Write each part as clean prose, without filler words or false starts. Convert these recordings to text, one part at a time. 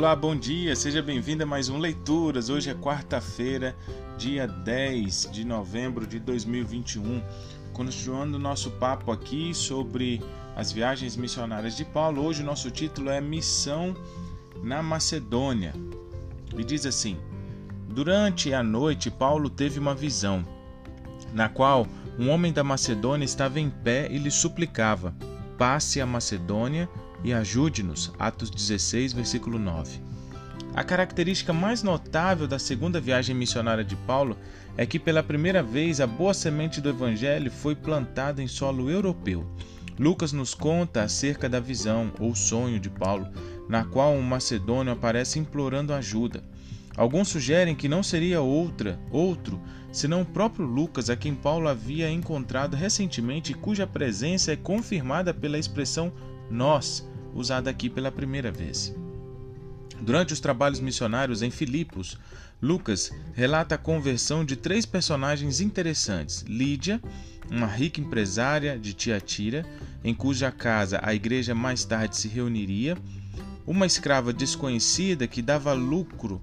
Olá, bom dia, seja bem-vindo a mais um Leituras. Hoje é quarta-feira, dia 10 de novembro de 2021. Continuando o nosso papo aqui sobre as viagens missionárias de Paulo. Hoje o nosso título é Missão na Macedônia. E diz assim: durante a noite, Paulo teve uma visão, na qual um homem da Macedônia estava em pé e lhe suplicava: passe a Macedônia e ajude-nos. Atos 16, versículo 9. A característica mais notável da segunda viagem missionária de Paulo é que pela primeira vez a boa semente do evangelho foi plantada em solo europeu. Lucas nos conta acerca da visão ou sonho de Paulo, na qual um macedônio aparece implorando ajuda. Alguns sugerem que não seria outro senão o próprio Lucas, a quem Paulo havia encontrado recentemente e cuja presença é confirmada pela expressão nós, usada aqui pela primeira vez. Durante os trabalhos missionários em Filipos, Lucas relata a conversão de três personagens interessantes: Lídia, uma rica empresária de Tiatira, em cuja casa a igreja mais tarde se reuniria, uma escrava desconhecida que dava lucro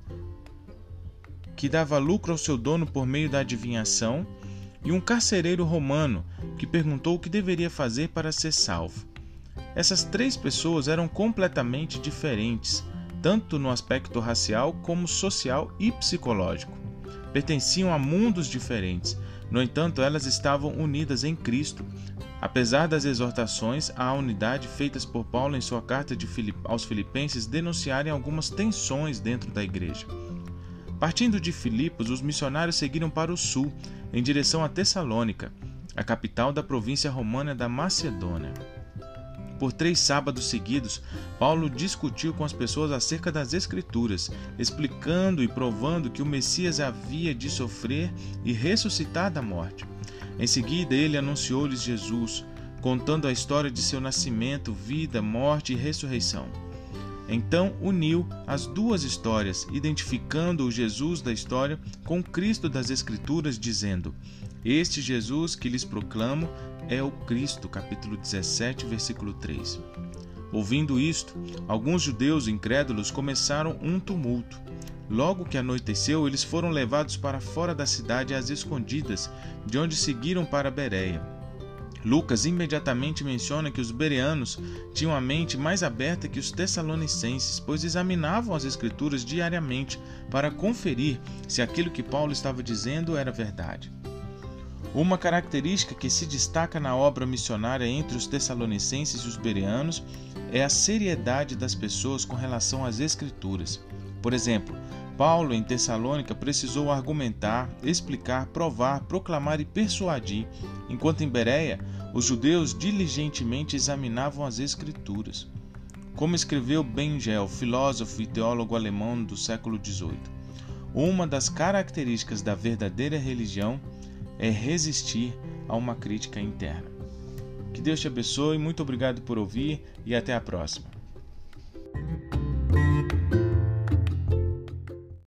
ao seu dono por meio da adivinhação, e um carcereiro romano que perguntou o que deveria fazer para ser salvo. Essas três pessoas eram completamente diferentes, tanto no aspecto racial como social e psicológico. Pertenciam a mundos diferentes, no entanto, elas estavam unidas em Cristo. Apesar das exortações à unidade feitas por Paulo em sua carta aos Filipenses denunciarem algumas tensões dentro da igreja. Partindo de Filipos, os missionários seguiram para o sul, em direção a Tessalônica, a capital da província romana da Macedônia. Por 3 sábados seguidos, Paulo discutiu com as pessoas acerca das Escrituras, explicando e provando que o Messias havia de sofrer e ressuscitar da morte. Em seguida, ele anunciou-lhes Jesus, contando a história de seu nascimento, vida, morte e ressurreição. Então uniu as duas histórias, identificando o Jesus da história com o Cristo das Escrituras, dizendo: este Jesus que lhes proclamo é o Cristo, capítulo 17, versículo 3. Ouvindo isto, alguns judeus incrédulos começaram um tumulto. Logo que anoiteceu, eles foram levados para fora da cidade às escondidas, de onde seguiram para Bereia. Lucas imediatamente menciona que os bereanos tinham a mente mais aberta que os tessalonicenses, pois examinavam as Escrituras diariamente para conferir se aquilo que Paulo estava dizendo era verdade. Uma característica que se destaca na obra missionária entre os tessalonicenses e os bereanos é a seriedade das pessoas com relação às Escrituras. Por exemplo, Paulo em Tessalônica precisou argumentar, explicar, provar, proclamar e persuadir, enquanto em Bereia os judeus diligentemente examinavam as Escrituras. Como escreveu Bengel, filósofo e teólogo alemão do século XVIII, uma das características da verdadeira religião é resistir a uma crítica interna. Que Deus te abençoe, muito obrigado por ouvir e até a próxima.